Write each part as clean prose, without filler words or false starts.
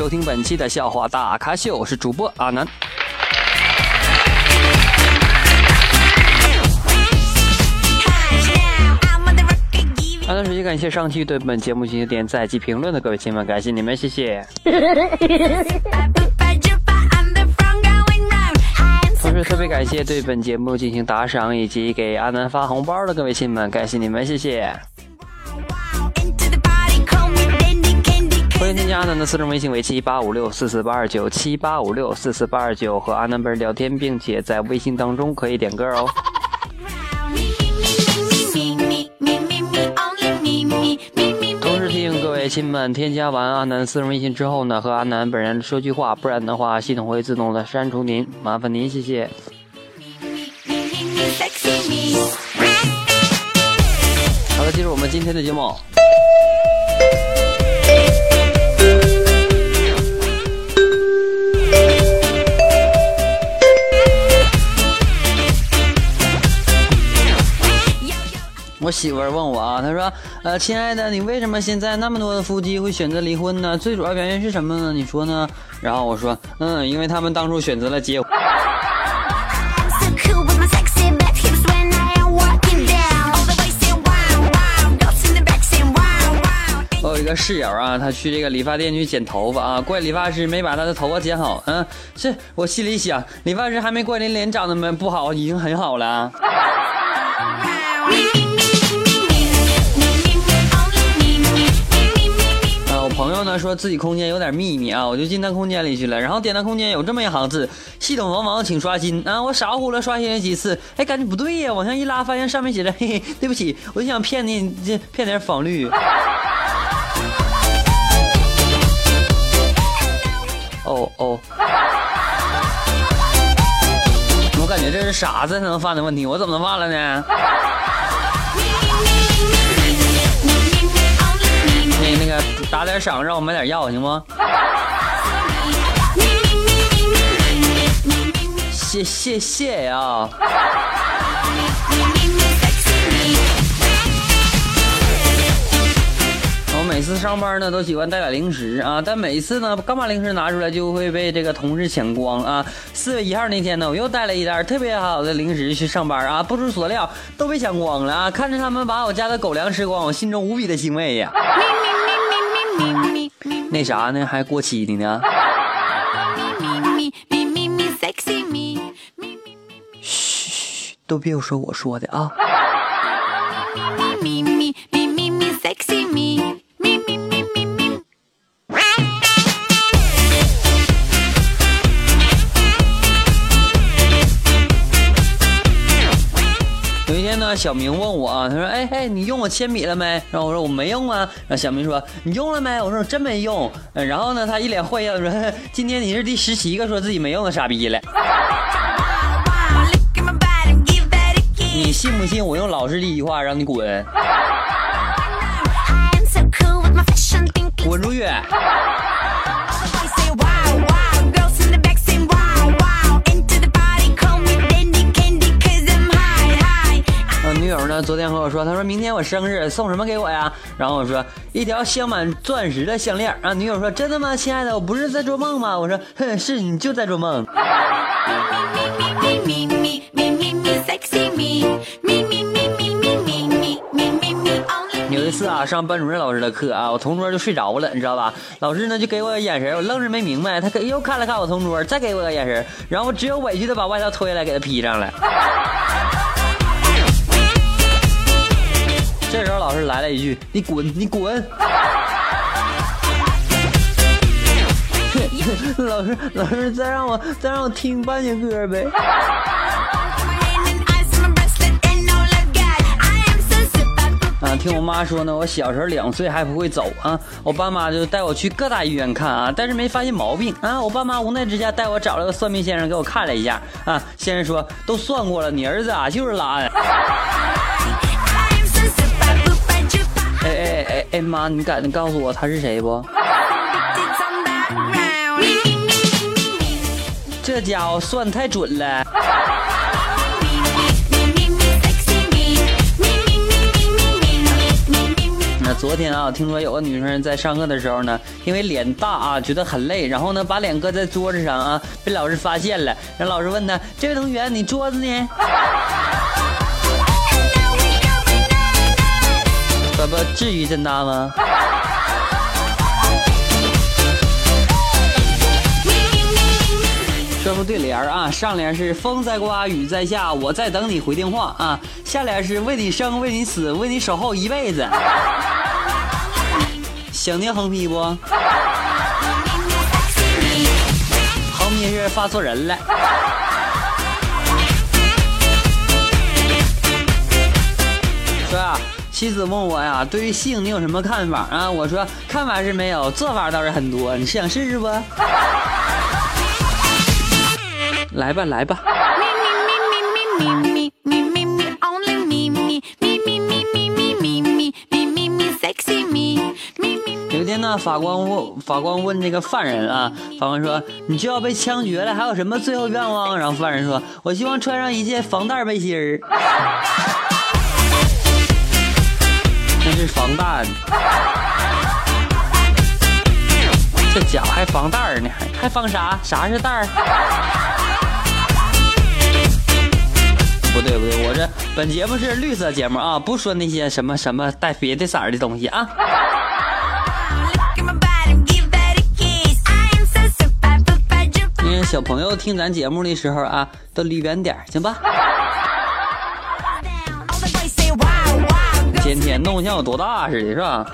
收听本期的笑话大咖秀，我是主播阿南。好的，首先感谢上期对本节目进行点赞及评论的各位亲们，感谢你们，谢谢。同时特别感谢对本节目进行打赏以及给阿南发红包的各位亲们，感谢你们，谢谢。欢迎添加阿南的私人微信为7856448978564489和阿南本人聊天，并且在微信当中可以点歌哦。同时提醒各位亲们，添加完阿南私人微信之后呢，和阿南本人说句话，不然的话系统会自动的删除您，麻烦您，谢谢。好了，进入我们今天的节目。我媳妇儿问我啊，她说亲爱的，你为什么现在那么多的夫妻会选择离婚呢？最主要原因是什么呢？你说呢？然后我说因为他们当初选择了结婚。我有一个室友啊，他去这个理发店去剪头发啊，怪理发师没把他的头发剪好。是我心里想，理发师还没怪你脸长得不好，已经很好了。我朋友呢说自己空间有点秘密啊，我就进他空间里去了，然后点他空间有这么一行字：系统亡亡请刷新啊！我傻乎乎的刷新了几次，感觉不对呀，往上一拉，发现上面写着嘿嘿，对不起，我就想骗你，骗点访率。哦，我感觉这是傻子才能犯的问题，我怎么能犯了呢？那个打点赏，让我买点药行吗？谢谢呀。我每次上班呢都喜欢带点零食啊，但每次呢刚把零食拿出来就会被这个同事抢光啊。4月1号那天呢，我又带了一袋特别好的零食去上班啊，不出所料都被抢光了啊！看着他们把我家的狗粮吃光，我心中无比的欣慰呀。那啥呢，还过期的呢。嘘，都别说我说的啊。有一天呢，小明问我啊，他说你用我铅笔了没？然后我说我没用啊。然后小明说你用了没？我说我真没用。然后呢，他一脸坏笑说今天你是第17个说自己没用的傻逼了。你信不信我用老师的一句话让你滚？滚出去！女友呢昨天和我说，她说明天我生日，送什么给我呀？然后我说一条镶满钻石的项链。女友说真的吗，亲爱的？我不是在做梦吗？我说是，你就在做梦。有一次啊，上班主任老师的课啊，我同桌就睡着了，你知道吧？老师呢就给我个眼神，我愣是没明白，他又看了看我同桌，再给我个眼神，然后我只有委屈的把外套脱下来给他披上了。这时候老师来了一句：“你滚，你滚！”老师再让我听半节歌呗。听我妈说呢，我小时候2岁还不会走啊，我爸妈就带我去各大医院看啊，但是没发现毛病啊。我爸妈无奈之下带我找了个算命先生给我看了一下啊，先生说都算过了，你儿子啊就是懒。妈，你敢告诉我他是谁不？这家伙算太准了。那昨天啊，听说有个女生在上课的时候呢，因为脸大啊，觉得很累，然后呢把脸搁在桌子上啊，被老师发现了。然后老师问她：“这位同学，你桌子呢？”不至于真大吗？说副对联啊，上联是风在刮，雨在下，我在等你回电话啊。下联是为你生，为你死，为你守候一辈子。想听横批不？横批是发错人了。说啊，妻子问我呀，对于性你有什么看法啊？我说看法是没有，做法倒是很多，你是想试试不？来吧来吧。有一天呢，法官问这个犯人啊，法官说：“你就要被枪决了，还有什么最后愿望？”然后犯人说：“我希望穿上一件防弹背心儿。”那是防弹，这脚还防弹呢，还防啥？啥是弹？不对，我这本节目是绿色节目啊，不说那些什么带别的色儿的东西啊。因为小朋友听咱节目的时候啊，都离远点，行吧？天天弄像有多大似的，是吧？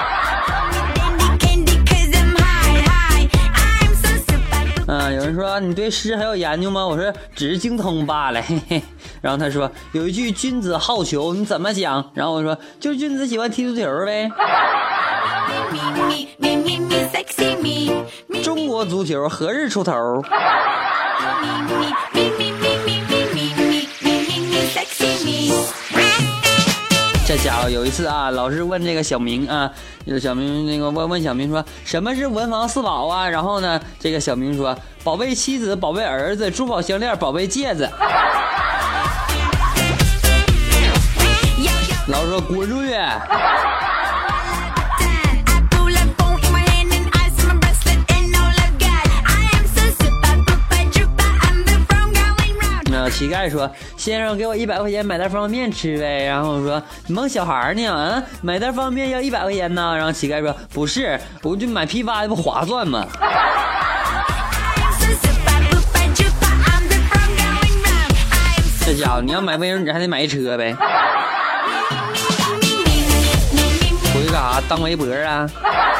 有人说你对诗很有研究吗？我说只是精通罢了，嘿嘿。然后他说有一句君子好逑，你怎么讲？然后我说就是君子喜欢踢足球呗。中国足球何日出头？这家伙有一次啊，老师问这个小明啊，小明那个问小明说什么是文房四宝啊？然后呢，这个小明说宝贝妻子、宝贝儿子、珠宝项链、宝贝戒指。老师说滚出去！乞丐说：“先生，给我100块钱买袋方便面吃呗。”然后我说：“你蒙小孩呢？啊，买袋方便面要100块钱呢？”然后乞丐说：“不是，我就买批发的，不划算吗？”这家伙，你要买卫生纸还得买一车呗。回去干啥？当围脖啊？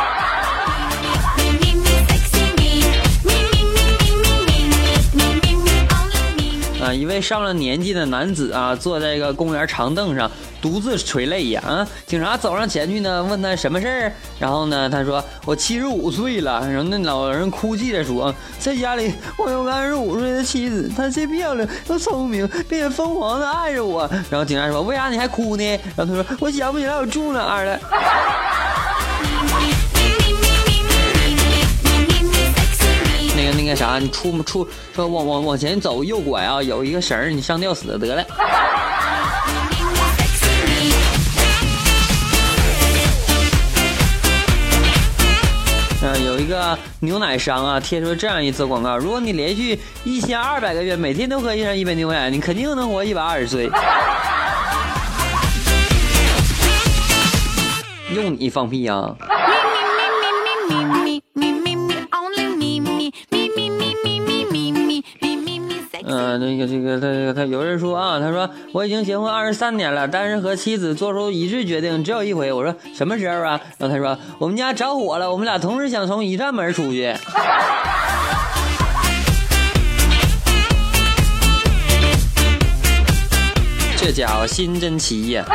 一位上了年纪的男子啊，坐在一个公园长凳上，独自垂泪呀。啊，警察走上前去呢，问他什么事儿。然后呢，他说我75岁了。然后那老人哭泣着说，在家里我有个25岁的妻子，她既漂亮又聪明，并且疯狂的爱着我。然后警察说，为啥你还哭呢？然后他说，我想不起来我住哪儿了。那个啥，你出说往前走，右拐啊，有一个绳儿，你上吊死得了。有一个牛奶商啊，贴出这样一则广告：如果你连续1200个月每天都喝上一杯牛奶，你肯定能活120岁。用你放屁啊！他有人说啊，他说我已经结婚23年了，但是和妻子做出一致决定只有一回。我说什么时候啊？然后他说我们家着火了，我们俩同时想从一扇门出去。这家伙心真齐呀！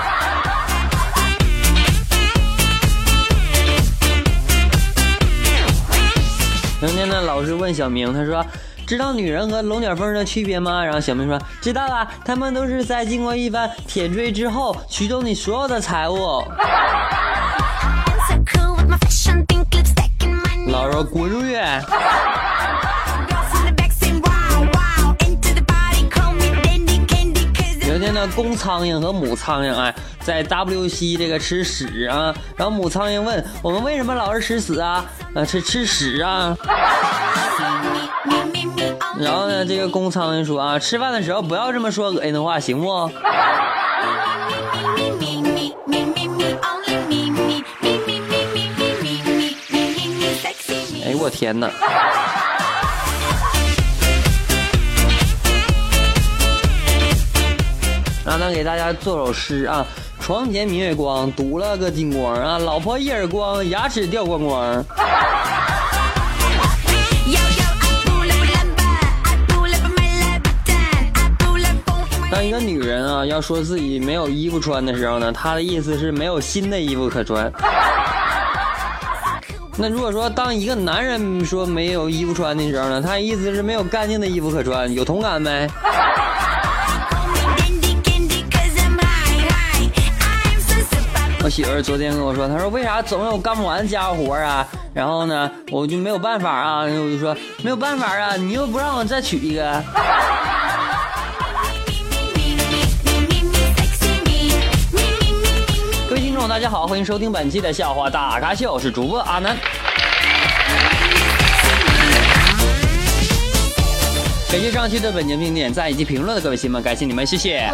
有一天呢，老师问小明，他说知道女人和龙卷风的区别吗？然后小明说知道啊，他们都是在经过一番舔追之后取走你所有的财物。老师说滚出去！有一天呢， 呢，公苍蝇和母苍蝇啊，在 WC 这个吃屎啊，然后母苍蝇问我们为什么老是吃屎啊？吃屎啊。然后呢，这个公苍蝇说啊，吃饭的时候不要这么说恶心的话，行不？哎，我天哪！然后呢，给大家做首诗啊。床前明月光，堵了个金光啊！老婆一耳光，牙齿掉光光。当一个女人啊要说自己没有衣服穿的时候呢，她的意思是没有新的衣服可穿。那如果说当一个男人说没有衣服穿的时候呢，他意思是没有干净的衣服可穿，有同感没？我媳妇昨天跟我说，她说为啥总有干不完家务活啊？然后呢，我就没有办法啊，我就说没有办法啊，你又不让我再娶一个。各位听众大家好，欢迎收听本期的笑话大咖秀，我是主播阿南。感谢上期的本节目点赞以及评论的各位亲们，感谢你们，谢谢。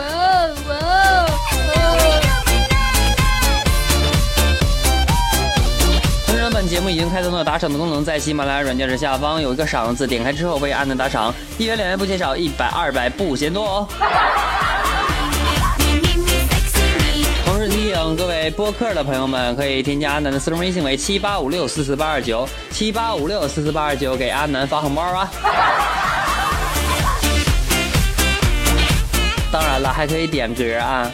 本节目已经开通了打赏的功能，在喜马拉雅软件的下方有一个赏字，点开之后可以按的打赏，1元2元不嫌少，100、200不嫌多哦。同时提醒各位播客的朋友们，可以添加阿南的私人微信为7856448829，7856448829，给阿南发红包啊。当然了，还可以点歌啊。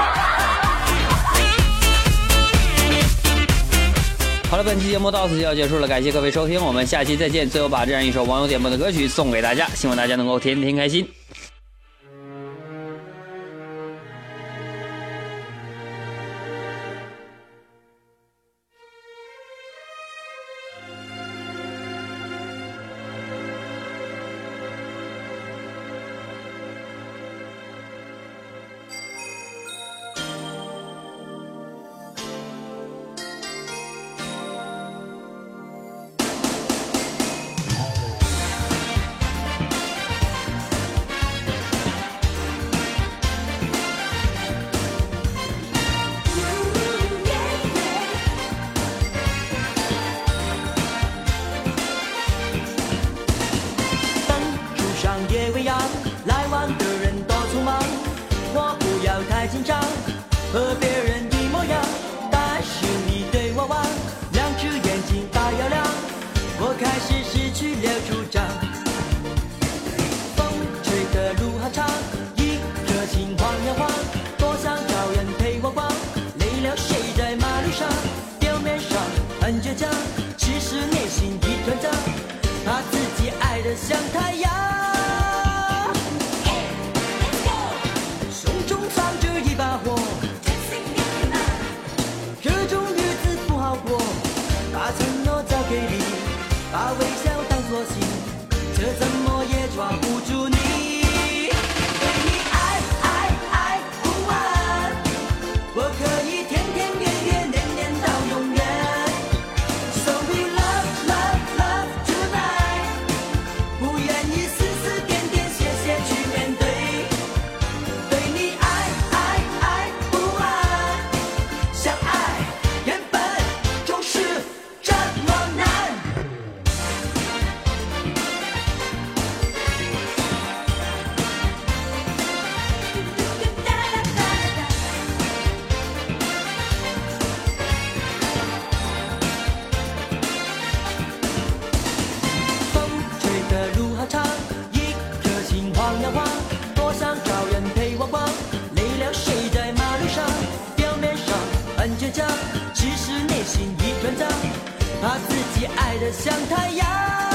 好了，本期节目到此就要结束了，感谢各位收听，我们下期再见。最后把这样一首网友点播的歌曲送给大家，希望大家能够天天开心。 来往的人都匆忙，我不要太紧张，和别人一模样，但是你对我望，两只眼睛大又亮，我开始失去了主张。风吹的路好长，一颗心晃呀晃，多想找人陪我逛，累了睡在马路上，表面上很倔强，其实内心一团糟，怕自己爱得像太阳。把微笑当作信，这怎么也抓不住你。对你爱爱爱不完，我可以天天月月年年到永远。So we love love love tonight， 不愿意丝丝点点谢谢去面对。对你爱爱爱不完，相爱原本就是这么难。其实内心一团糟，怕自己爱得像太阳。